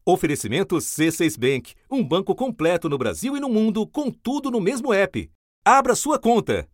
Oferecimento C6 Bank, um banco completo no Brasil e no mundo, com tudo no mesmo app. Abra sua conta.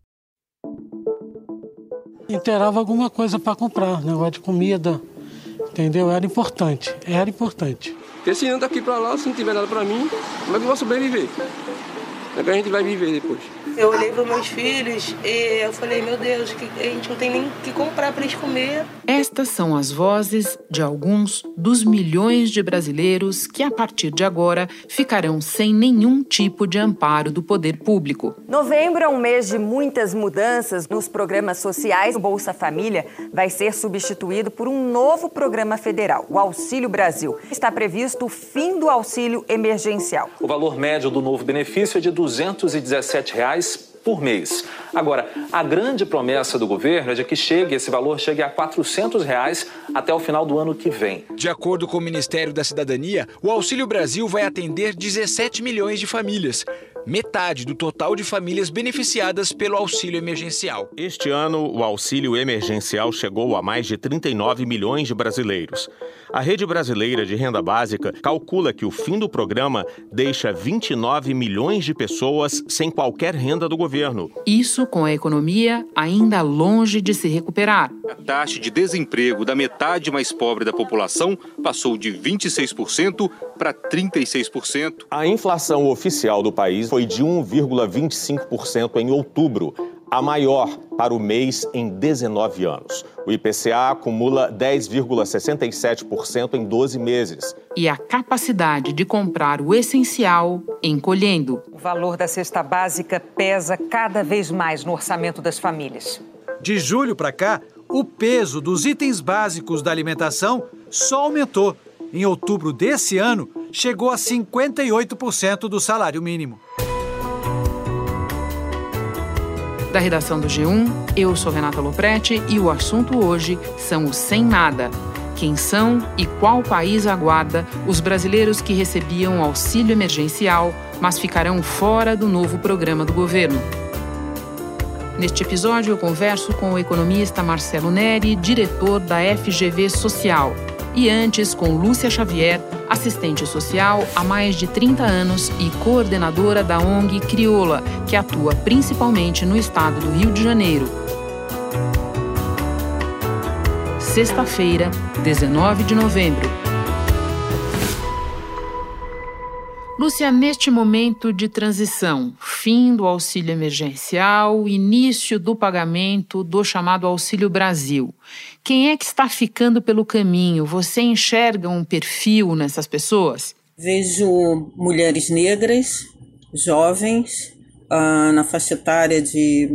Inteirava alguma coisa para comprar, negócio de comida, entendeu? Era importante. Porque se anda daqui para lá, se não tiver nada para mim, como é que eu vou sobreviver? Como é que a gente vai viver depois? Eu olhei para meus filhos e eu falei, meu Deus, que a gente não tem nem o que comprar para eles comer. Estas são as vozes de alguns dos milhões de brasileiros que, a partir de agora, ficarão sem nenhum tipo de amparo do poder público. Novembro é um mês de muitas mudanças nos programas sociais. O Bolsa Família vai ser substituído por um novo programa federal, o Auxílio Brasil. Está previsto o fim do auxílio emergencial. O valor médio do novo benefício é de R$ 217 por mês. Agora, a grande promessa do governo é de que esse valor chegue a R$ 400 até o final do ano que vem. De acordo com o Ministério da Cidadania, o Auxílio Brasil vai atender 17 milhões de famílias, metade do total de famílias beneficiadas pelo auxílio emergencial. Este ano, o auxílio emergencial chegou a mais de 39 milhões de brasileiros. A Rede Brasileira de Renda Básica calcula que o fim do programa deixa 29 milhões de pessoas sem qualquer renda do governo. Isso com a economia ainda longe de se recuperar. A taxa de desemprego da metade mais pobre da população passou de 26% para 36%. A inflação oficial do país foi de 1,25% em outubro, a maior para o mês em 19 anos. O IPCA acumula 10,67% em 12 meses. E a capacidade de comprar o essencial encolhendo. O valor da cesta básica pesa cada vez mais no orçamento das famílias. De julho para cá, o peso dos itens básicos da alimentação só aumentou. Em outubro desse ano, chegou a 58% do salário mínimo. Da redação do G1, eu sou Renata Lopretti e o assunto hoje são os sem nada. Quem são e qual país aguarda os brasileiros que recebiam auxílio emergencial, mas ficarão fora do novo programa do governo. Neste episódio, eu converso com o economista Marcelo Neri, diretor da FGV Social. E antes, com Lúcia Xavier, assistente social há mais de 30 anos e coordenadora da ONG Crioula, que atua principalmente no estado do Rio de Janeiro. Sexta-feira, 19 de novembro. Lúcia, neste momento de transição, fim do auxílio emergencial, início do pagamento do chamado Auxílio Brasil, quem é que está ficando pelo caminho? Você enxerga um perfil nessas pessoas? Vejo mulheres negras, jovens, na faixa etária de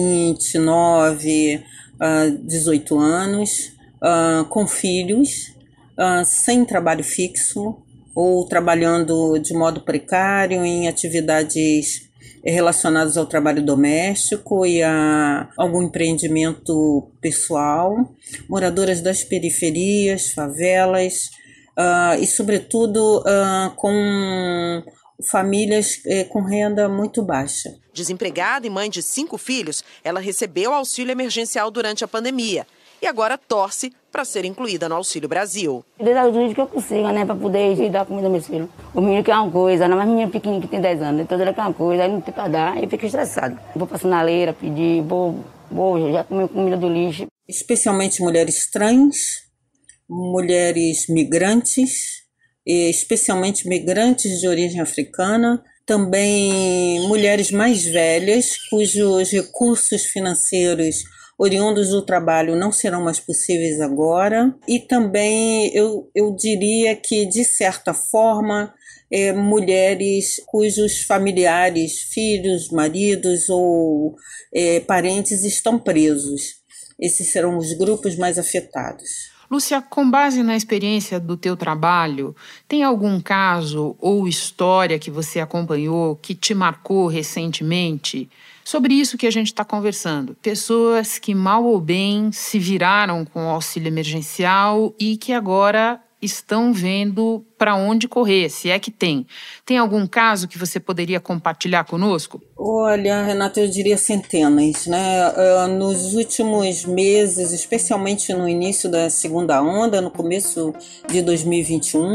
29 a 18 anos, com filhos, sem trabalho fixo, ou trabalhando de modo precário em atividades relacionadas ao trabalho doméstico e a algum empreendimento pessoal, moradoras das periferias, favelas e, sobretudo, com famílias com renda muito baixa. Desempregada e mãe de 5 filhos, ela recebeu auxílio emergencial durante a pandemia e agora torce para ser incluída no Auxílio Brasil. Deus ajude que eu consiga, para poder dar comida aos meus filhos. O menino quer uma coisa, ainda mais menina pequena que tem 10 anos, então ela quer uma coisa, aí não tem para dar, aí fica estressado. Vou passar na leira, pedir, vou já comer comida do lixo. Especialmente mulheres trans, mulheres migrantes, especialmente migrantes de origem africana, também mulheres mais velhas, cujos recursos financeiros oriundos do trabalho não serão mais possíveis agora, e também eu diria que, de certa forma, mulheres cujos familiares, filhos, maridos ou parentes estão presos. Esses serão os grupos mais afetados. Lúcia, com base na experiência do teu trabalho, tem algum caso ou história que você acompanhou que te marcou recentemente? Sobre isso que a gente está conversando. Pessoas que mal ou bem se viraram com o auxílio emergencial e que agora estão vendo para onde correr, se é que tem. Tem algum caso que você poderia compartilhar conosco? Olha, Renata, eu diria centenas, Nos últimos meses, especialmente no início da segunda onda, no começo de 2021,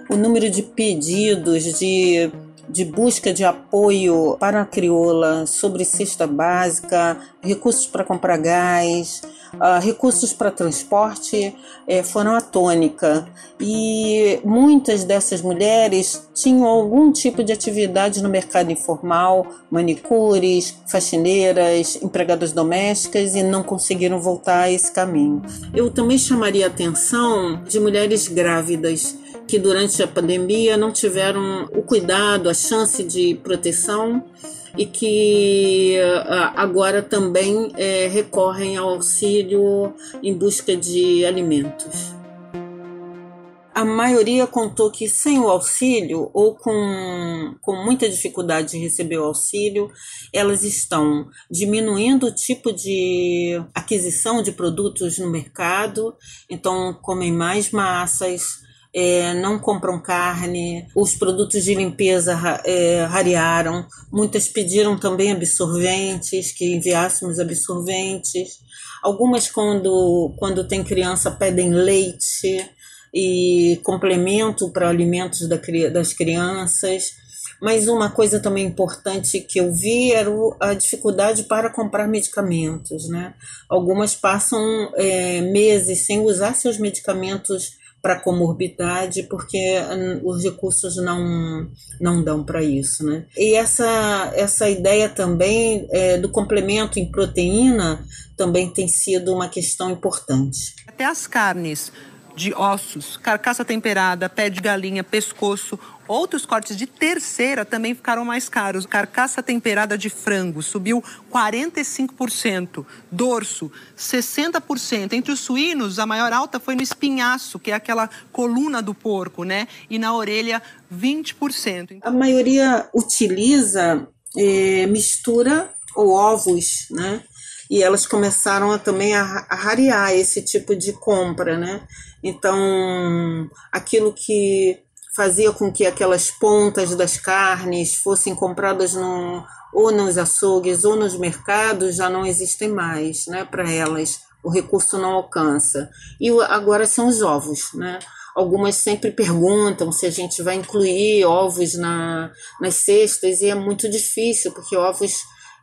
o número de pedidos de busca de apoio para a crioula sobre cesta básica, recursos para comprar gás, recursos para transporte foram a tônica. E muitas dessas mulheres tinham algum tipo de atividade no mercado informal, manicures, faxineiras, empregadas domésticas, e não conseguiram voltar a esse caminho. Eu também chamaria a atenção de mulheres grávidas que durante a pandemia não tiveram o cuidado, a chance de proteção e que agora também recorrem ao auxílio em busca de alimentos. A maioria contou que sem o auxílio ou com muita dificuldade de receber o auxílio, elas estão diminuindo o tipo de aquisição de produtos no mercado, então comem mais massas, não compram carne, os produtos de limpeza rarearam, muitas pediram também absorventes, que enviássemos absorventes, algumas quando tem criança pedem leite e complemento para alimentos das crianças. Mas uma coisa também importante que eu vi era a dificuldade para comprar medicamentos, né? Algumas passam meses sem usar seus medicamentos para comorbidade, porque os recursos não dão para isso, né? E essa ideia também do complemento em proteína também tem sido uma questão importante. Até as carnes de ossos, carcaça temperada, pé de galinha, pescoço, outros cortes de terceira também ficaram mais caros. Carcaça temperada de frango subiu 45%, dorso 60%. Entre os suínos, a maior alta foi no espinhaço, que é aquela coluna do porco, né? E na orelha, 20%. A maioria utiliza mistura ou ovos, né? E elas começaram também a rarear esse tipo de compra, né? Então, aquilo que fazia com que aquelas pontas das carnes fossem compradas ou nos açougues ou nos mercados já não existem mais, né? Para elas, o recurso não alcança. E agora são os ovos, né? Algumas sempre perguntam se a gente vai incluir ovos nas cestas, e é muito difícil, porque ovos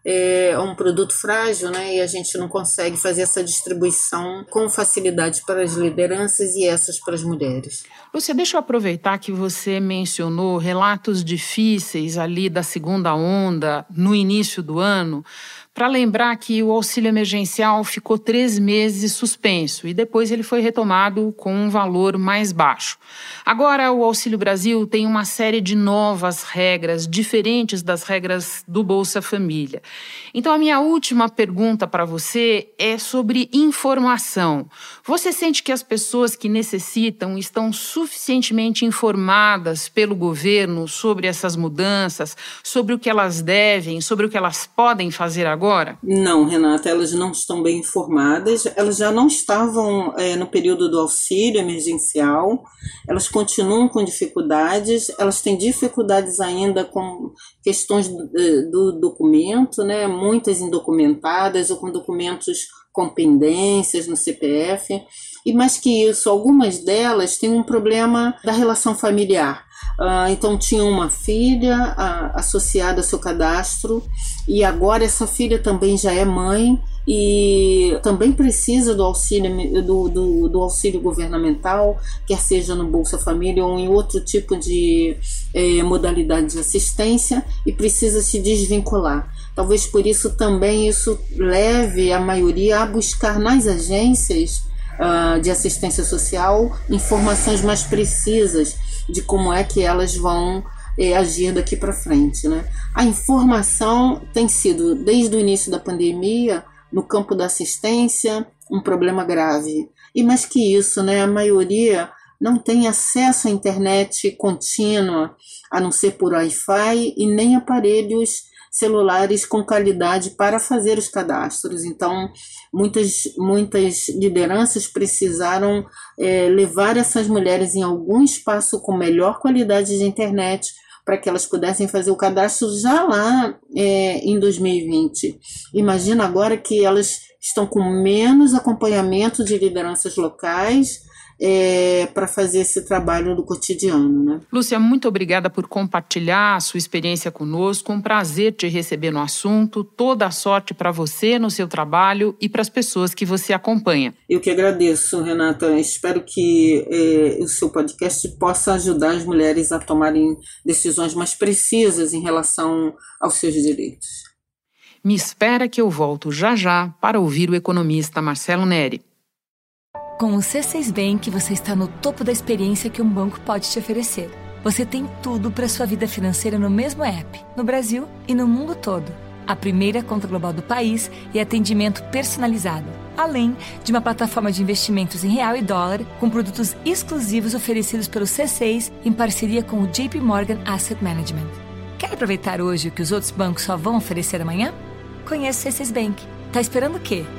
é um produto frágil, né? E a gente não consegue fazer essa distribuição com facilidade para as lideranças e essas para as mulheres. Lúcia, deixa eu aproveitar que você mencionou relatos difíceis ali da segunda onda no início do ano, para lembrar que o auxílio emergencial ficou 3 meses suspenso e depois ele foi retomado com um valor mais baixo. Agora o Auxílio Brasil tem uma série de novas regras, diferentes das regras do Bolsa Família. Então a minha última pergunta para você é sobre informação. Você sente que as pessoas que necessitam estão suficientemente informadas pelo governo sobre essas mudanças, sobre o que elas devem, sobre o que elas podem fazer agora? Não, Renata, elas não estão bem informadas, elas já não estavam no período do auxílio emergencial, elas continuam com dificuldades, elas têm dificuldades ainda com questões do documento, né? Muitas indocumentadas ou com documentos com pendências no CPF, e mais que isso, algumas delas têm um problema da relação familiar. Então tinha uma filha associada ao seu cadastro e agora essa filha também já é mãe e também precisa do auxílio, do auxílio governamental, quer seja no Bolsa Família ou em outro tipo de modalidade de assistência, e precisa se desvincular. Talvez por isso também isso leve a maioria a buscar nas agências de assistência social informações mais precisas de como é que elas vão agir daqui para frente, né? A informação tem sido, desde o início da pandemia, no campo da assistência, um problema grave. E mais que isso, né, a maioria não tem acesso à internet contínua, a não ser por Wi-Fi, e nem aparelhos celulares com qualidade para fazer os cadastros. Então, muitas lideranças precisaram levar essas mulheres em algum espaço com melhor qualidade de internet para que elas pudessem fazer o cadastro já lá em 2020. Imagina agora que elas estão com menos acompanhamento de lideranças locais, para fazer esse trabalho do cotidiano, né? Lúcia, muito obrigada por compartilhar a sua experiência conosco. Um prazer te receber no assunto. Toda a sorte para você no seu trabalho e para as pessoas que você acompanha. Eu que agradeço, Renata. Espero que o seu podcast possa ajudar as mulheres a tomarem decisões mais precisas em relação aos seus direitos. Me espera que eu volto já já para ouvir o economista Marcelo Neri. Com o C6 Bank, você está no topo da experiência que um banco pode te oferecer. Você tem tudo para sua vida financeira no mesmo app, no Brasil e no mundo todo. A primeira conta global do país e atendimento personalizado. Além de uma plataforma de investimentos em real e dólar, com produtos exclusivos oferecidos pelo C6 em parceria com o JP Morgan Asset Management. Quer aproveitar hoje o que os outros bancos só vão oferecer amanhã? Conheça o C6 Bank. Tá esperando o quê?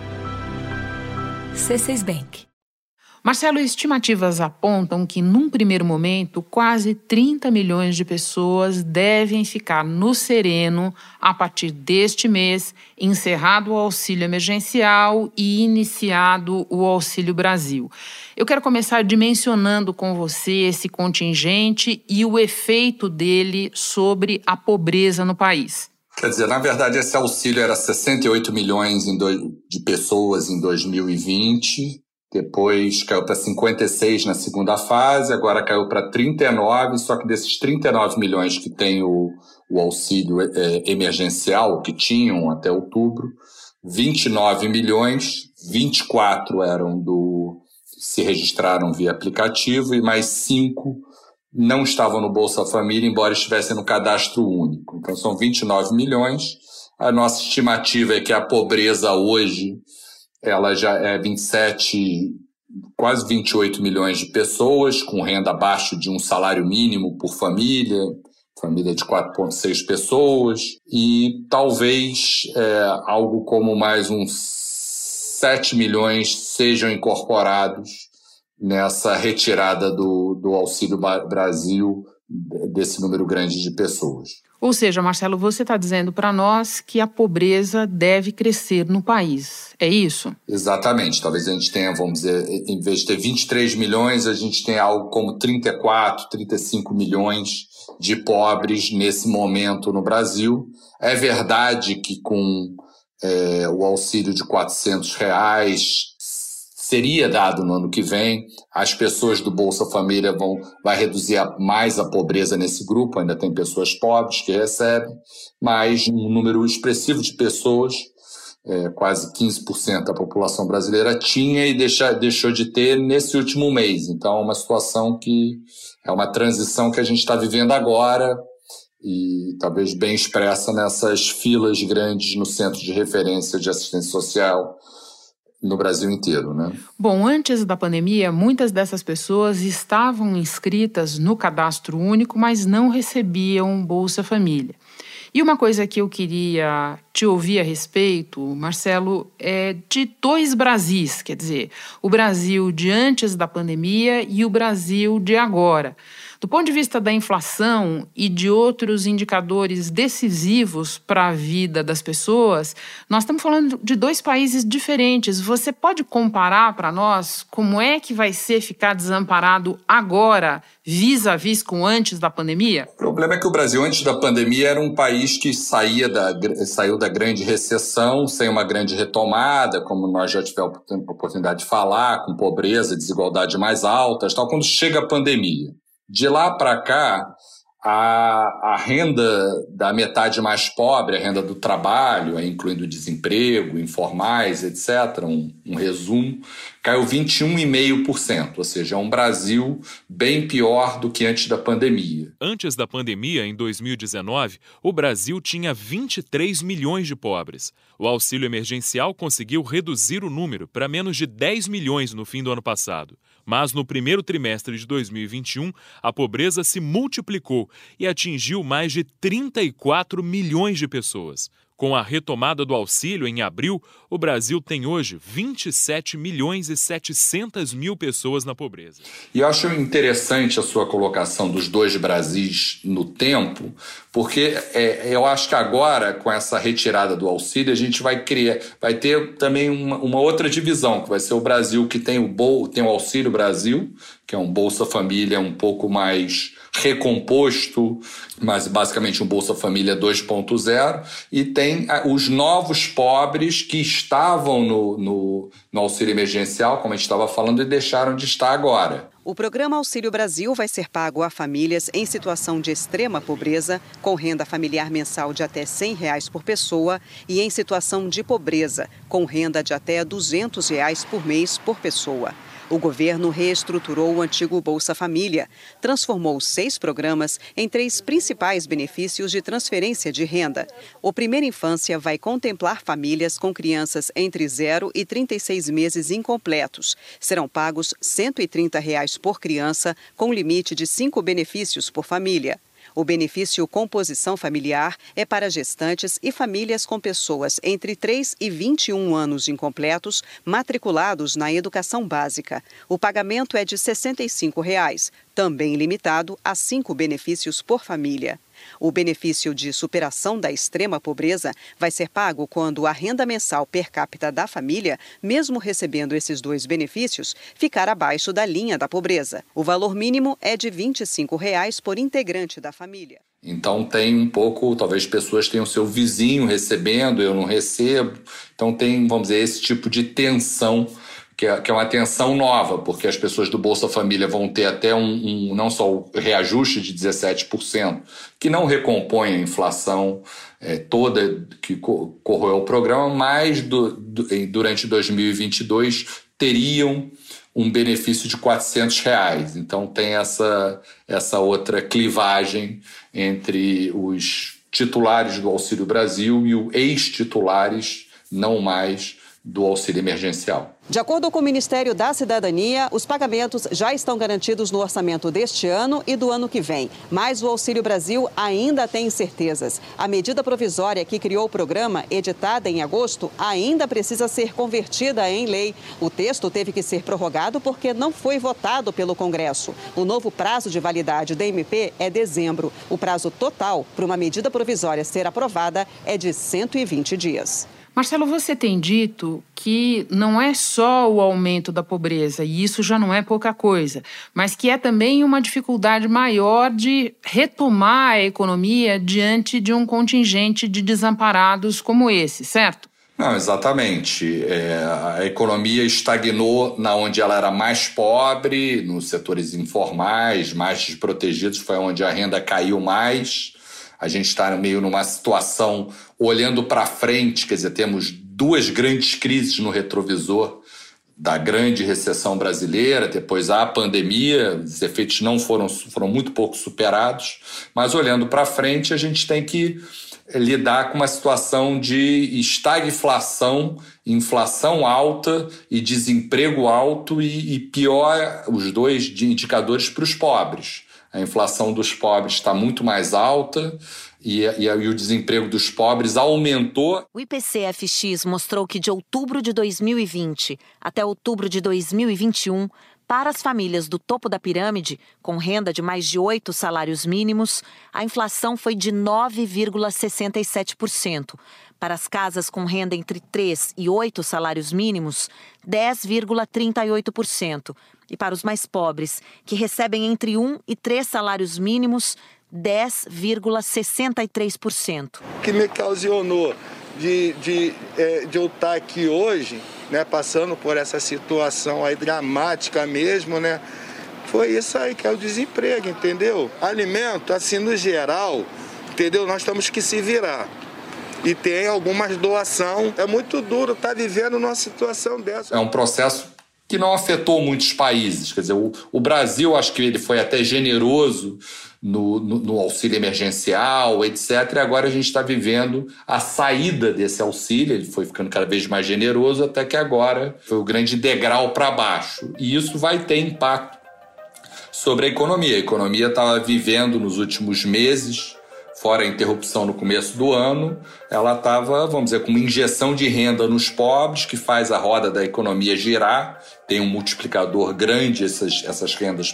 C6 Bank. Marcelo, estimativas apontam que, num primeiro momento, quase 30 milhões de pessoas devem ficar no sereno a partir deste mês, encerrado o auxílio emergencial e iniciado o Auxílio Brasil. Eu quero começar dimensionando com você esse contingente e o efeito dele sobre a pobreza no país. Quer dizer, na verdade, esse auxílio era 68 milhões de pessoas em 2020, depois caiu para 56 na segunda fase, agora caiu para 39, só que desses 39 milhões que tem o auxílio emergencial, que tinham até outubro, 29 milhões, 24 se registraram via aplicativo e mais 5 não estavam no Bolsa Família, embora estivessem no cadastro único. Então são 29 milhões. A nossa estimativa é que a pobreza hoje ela já é 27, quase 28 milhões de pessoas, com renda abaixo de um salário mínimo por família de 4,6 pessoas, e talvez algo como mais uns 7 milhões sejam incorporados nessa retirada do Auxílio Brasil, desse número grande de pessoas. Ou seja, Marcelo, você está dizendo para nós que a pobreza deve crescer no país, é isso? Exatamente. Talvez a gente tenha, vamos dizer, em vez de ter 23 milhões, a gente tenha algo como 34, 35 milhões de pobres nesse momento no Brasil. É verdade que com o auxílio de R$400 seria dado no ano que vem, as pessoas do Bolsa Família vai reduzir mais a pobreza nesse grupo, ainda tem pessoas pobres que recebem, mas um número expressivo de pessoas, quase 15% da população brasileira tinha e deixou de ter nesse último mês. Então é uma situação que é uma transição que a gente está vivendo agora e talvez bem expressa nessas filas grandes no Centro de Referência de Assistência Social no Brasil inteiro, né? Bom, antes da pandemia, muitas dessas pessoas estavam inscritas no cadastro único, mas não recebiam Bolsa Família. E uma coisa que eu queria te ouvir a respeito, Marcelo, é de dois Brasis, quer dizer, o Brasil de antes da pandemia e o Brasil de agora. Do ponto de vista da inflação e de outros indicadores decisivos para a vida das pessoas, nós estamos falando de dois países diferentes. Você pode comparar para nós como é que vai ser ficar desamparado agora, vis-à-vis com antes da pandemia? O problema é que o Brasil, antes da pandemia, era um país que saiu da grande recessão, sem uma grande retomada, como nós já tivemos a oportunidade de falar, com pobreza, desigualdade mais altas, tal. Quando chega a pandemia, de lá para cá, a renda da metade mais pobre, a renda do trabalho, incluindo desemprego, informais, etc., um resumo, caiu 21,5%, ou seja, é um Brasil bem pior do que antes da pandemia. Antes da pandemia, em 2019, o Brasil tinha 23 milhões de pobres. O auxílio emergencial conseguiu reduzir o número para menos de 10 milhões no fim do ano passado. Mas no primeiro trimestre de 2021, a pobreza se multiplicou e atingiu mais de 34 milhões de pessoas. Com a retomada do auxílio em abril, o Brasil tem hoje 27.700.000 pessoas na pobreza. E eu acho interessante a sua colocação dos dois Brasis no tempo, porque eu acho que agora, com essa retirada do auxílio, a gente vai ter também uma outra divisão, que vai ser o Brasil que tem o Auxílio Brasil, que é um Bolsa Família um pouco mais recomposto, mas basicamente um Bolsa Família 2.0, e tem os novos pobres que estavam no auxílio emergencial, como a gente estava falando, e deixaram de estar agora. O programa Auxílio Brasil vai ser pago a famílias em situação de extrema pobreza, com renda familiar mensal de até R$ 100 por pessoa, e em situação de pobreza, com renda de até R$ 200 por mês por pessoa. O governo reestruturou o antigo Bolsa Família, transformou 6 programas em 3 principais benefícios de transferência de renda. O Primeira Infância vai contemplar famílias com crianças entre 0 e 36 meses incompletos. Serão pagos R$ 130 por criança, com limite de 5 benefícios por família. O benefício Composição Familiar é para gestantes e famílias com pessoas entre 3 e 21 anos incompletos matriculados na educação básica. O pagamento é de R$ 65, também limitado a 5 benefícios por família. O benefício de superação da extrema pobreza vai ser pago quando a renda mensal per capita da família, mesmo recebendo esses 2 benefícios, ficar abaixo da linha da pobreza. O valor mínimo é de R$ 25 por integrante da família. Então tem um pouco, talvez pessoas tenham seu vizinho recebendo, eu não recebo. Então tem, vamos dizer, esse tipo de tensão, que é uma tensão nova, porque as pessoas do Bolsa Família vão ter até não só o reajuste de 17%, que não recompõe a inflação toda que corroeu o programa, mas durante 2022 teriam um benefício de R$ 400. Então tem essa outra clivagem entre os titulares do Auxílio Brasil e os ex-titulares, não mais, do auxílio emergencial. De acordo com o Ministério da Cidadania, os pagamentos já estão garantidos no orçamento deste ano e do ano que vem. Mas o Auxílio Brasil ainda tem incertezas. A medida provisória que criou o programa, editada em agosto, ainda precisa ser convertida em lei. O texto teve que ser prorrogado porque não foi votado pelo Congresso. O novo prazo de validade da MP é dezembro. O prazo total para uma medida provisória ser aprovada é de 120 dias. Marcelo, você tem dito que não é só o aumento da pobreza, e isso já não é pouca coisa, mas que é também uma dificuldade maior de retomar a economia diante de um contingente de desamparados como esse, certo? Não, exatamente. A economia estagnou na onde ela era mais pobre, nos setores informais, mais desprotegidos, foi onde a renda caiu mais. A gente está meio numa situação olhando para frente, quer dizer, temos 2 grandes crises no retrovisor da grande recessão brasileira, depois a pandemia, os efeitos não foram muito pouco superados, mas olhando para frente a gente tem que lidar com uma situação de estagflação, inflação alta e desemprego alto e pior, os 2 indicadores para os pobres. A inflação dos pobres está muito mais alta e o desemprego dos pobres aumentou. O IPCA-FX mostrou que de outubro de 2020 até outubro de 2021, para as famílias do topo da pirâmide, com renda de mais de 8 salários mínimos, a inflação foi de 9,67%. Para as casas com renda entre 3 e 8 salários mínimos, 10,38%. E para os mais pobres, que recebem entre 1 e 3 salários mínimos, 10,63%. O que me ocasionou de eu estar aqui hoje, né, passando por essa situação aí dramática mesmo, né, foi isso aí, que é o desemprego, entendeu? Alimento, assim, no geral, entendeu? Nós temos que se virar. E tem algumas doações. É muito duro estar vivendo numa situação dessa. É um processo que não afetou muitos países. Quer dizer, o Brasil, acho que ele foi até generoso no auxílio emergencial, etc. E agora a gente está vivendo a saída desse auxílio, ele foi ficando cada vez mais generoso, até que agora foi o grande degrau para baixo. E isso vai ter impacto sobre a economia. A economia estava vivendo nos últimos meses, fora a interrupção no começo do ano, ela estava, vamos dizer, com uma injeção de renda nos pobres, que faz a roda da economia girar, tem um multiplicador grande essas rendas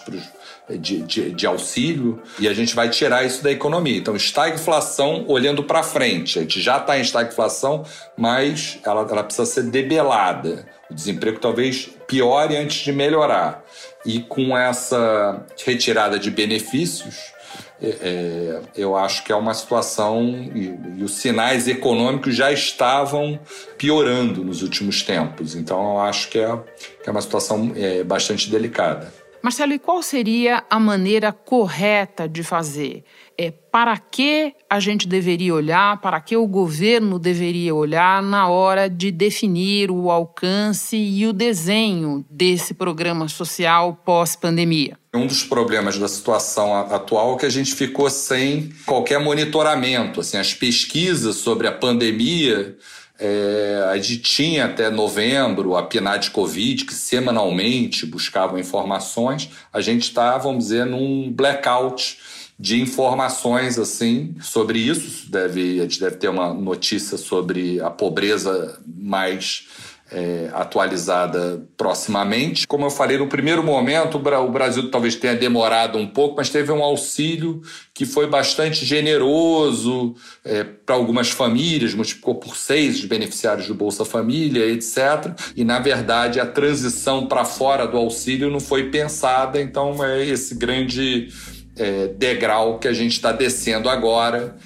de auxílio, e a gente vai tirar isso da economia. Então, estagflação olhando para frente. A gente já está em estagflação, mas ela precisa ser debelada. O desemprego talvez piore antes de melhorar. E com essa retirada de benefícios, eu acho que é uma situação, e os sinais econômicos já estavam piorando nos últimos tempos. Então, eu acho que é uma situação bastante delicada. Marcelo, e qual seria a maneira correta de fazer? Para que a gente deveria olhar, para que o governo deveria olhar na hora de definir o alcance e o desenho desse programa social pós-pandemia? Um dos problemas da situação atual é que a gente ficou sem qualquer monitoramento. Assim, as pesquisas sobre a pandemia, a gente tinha até novembro a PNAD Covid, que semanalmente buscavam informações. A gente está, vamos dizer, num blackout de informações assim, sobre isso. A gente deve ter uma notícia sobre a pobreza mais atualizada proximamente. Como eu falei, no primeiro momento o Brasil talvez tenha demorado um pouco, mas teve um auxílio que foi bastante generoso para algumas famílias, multiplicou por 6 os beneficiários do Bolsa Família, etc. E, na verdade, a transição para fora do auxílio não foi pensada, então é esse grande degrau que a gente está descendo agora.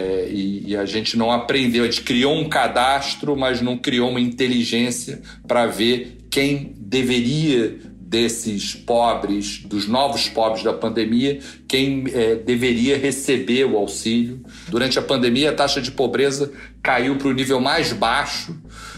E a gente não aprendeu, a gente criou um cadastro, mas não criou uma inteligência para ver quem deveria desses pobres, dos novos pobres da pandemia, quem deveria receber o auxílio. Durante a pandemia, a taxa de pobreza caiu para o nível mais baixo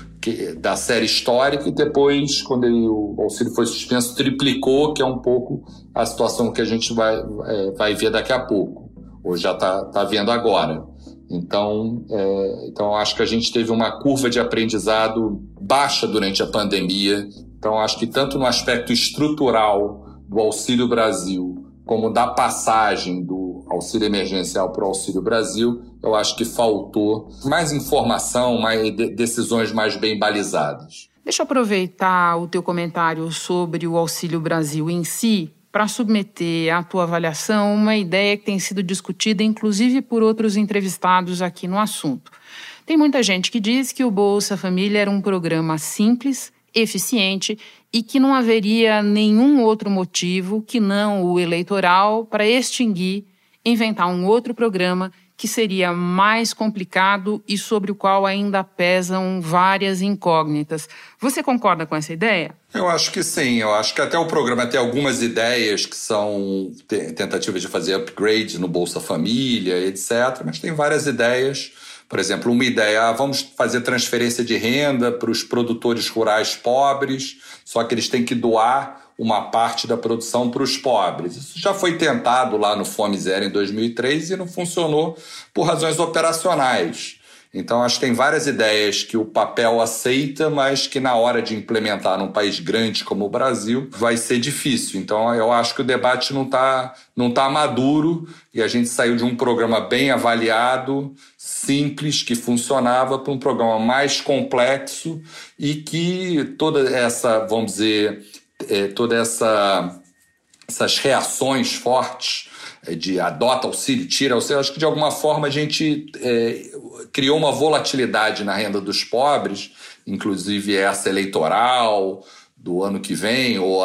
da série histórica, e depois, quando o auxílio foi suspenso, triplicou, que é um pouco a situação que a gente vai ver daqui a pouco. Ou já está vendo agora. Então, acho que a gente teve uma curva de aprendizado baixa durante a pandemia. Então, acho que tanto no aspecto estrutural do Auxílio Brasil, como da passagem do auxílio emergencial para o Auxílio Brasil, eu acho que faltou mais informação, mais decisões mais bem balizadas. Deixa eu aproveitar o teu comentário sobre o Auxílio Brasil em si, para submeter à tua avaliação uma ideia que tem sido discutida, inclusive por outros entrevistados aqui no assunto. Tem muita gente que diz que o Bolsa Família era um programa simples, eficiente e que não haveria nenhum outro motivo que não o eleitoral para extinguir, inventar um outro programa que seria mais complicado e sobre o qual ainda pesam várias incógnitas. Você concorda com essa ideia? Eu acho que sim. Eu acho que até o programa tem algumas ideias que são tentativas de fazer upgrade no Bolsa Família, etc. Mas tem várias ideias. Por exemplo, uma ideia, vamos fazer transferência de renda para os produtores rurais pobres, só que eles têm que doar uma parte da produção para os pobres. Isso já foi tentado lá no Fome Zero em 2003 e não funcionou por razões operacionais. Então, acho que tem várias ideias que o papel aceita, mas que na hora de implementar num país grande como o Brasil vai ser difícil. Então, eu acho que o debate não tá maduro e a gente saiu de um programa bem avaliado, simples, que funcionava, para um programa mais complexo e que toda essa, vamos dizer, essas reações fortes de adota auxílio, tira auxílio, acho que de alguma forma a gente criou uma volatilidade na renda dos pobres, inclusive essa eleitoral do ano que vem, ou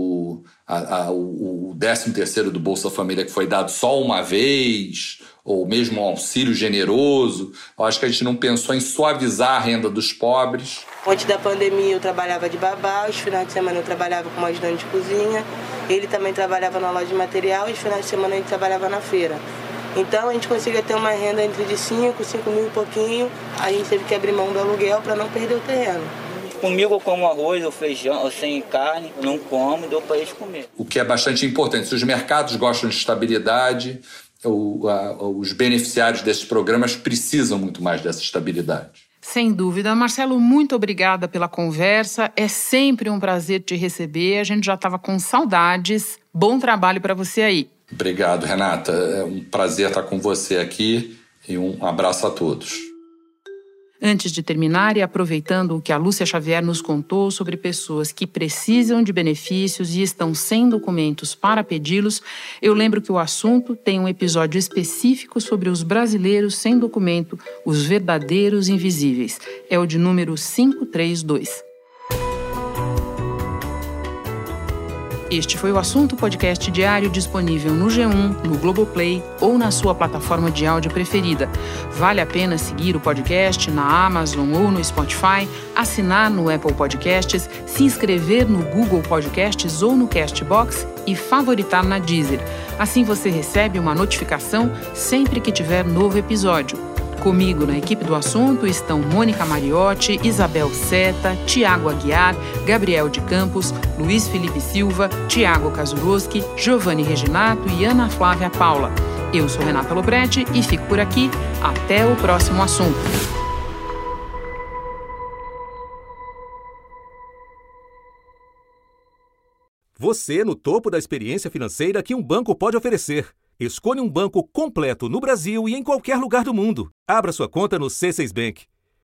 o 13º do Bolsa Família que foi dado só uma vez, ou mesmo um auxílio generoso. Eu acho que a gente não pensou em suavizar a renda dos pobres. Antes da pandemia eu trabalhava de babá, os finais de semana eu trabalhava como ajudante de cozinha, ele também trabalhava na loja de material e os finais de semana ele trabalhava na feira. Então a gente conseguia ter uma renda entre de 5 mil e pouquinho, a gente teve que abrir mão do aluguel para não perder o terreno. Comigo eu como arroz ou feijão, ou sem carne, eu não como, dou para eles comer. O que é bastante importante, se os mercados gostam de estabilidade, os beneficiários desses programas precisam muito mais dessa estabilidade. Sem dúvida. Marcelo, muito obrigada pela conversa. É sempre um prazer te receber. A gente já estava com saudades. Bom trabalho para você aí. Obrigado, Renata. É um prazer estar com você aqui e um abraço a todos. Antes de terminar e aproveitando o que a Lúcia Xavier nos contou sobre pessoas que precisam de benefícios e estão sem documentos para pedi-los, eu lembro que o assunto tem um episódio específico sobre os brasileiros sem documento, os verdadeiros invisíveis. É o de número 532. Este foi o Assunto Podcast Diário, disponível no G1, no Globoplay ou na sua plataforma de áudio preferida. Vale a pena seguir o podcast na Amazon ou no Spotify, assinar no Apple Podcasts, se inscrever no Google Podcasts ou no Castbox e favoritar na Deezer. Assim você recebe uma notificação sempre que tiver novo episódio. Comigo na equipe do assunto estão Mônica Mariotti, Isabel Seta, Tiago Aguiar, Gabriel de Campos, Luiz Felipe Silva, Tiago Kazuroski, Giovanni Reginato e Ana Flávia Paula. Eu sou Renata Lopretti e fico por aqui. Até o próximo assunto. Você no topo da experiência financeira que um banco pode oferecer. Escolha um banco completo no Brasil e em qualquer lugar do mundo. Abra sua conta no C6 Bank.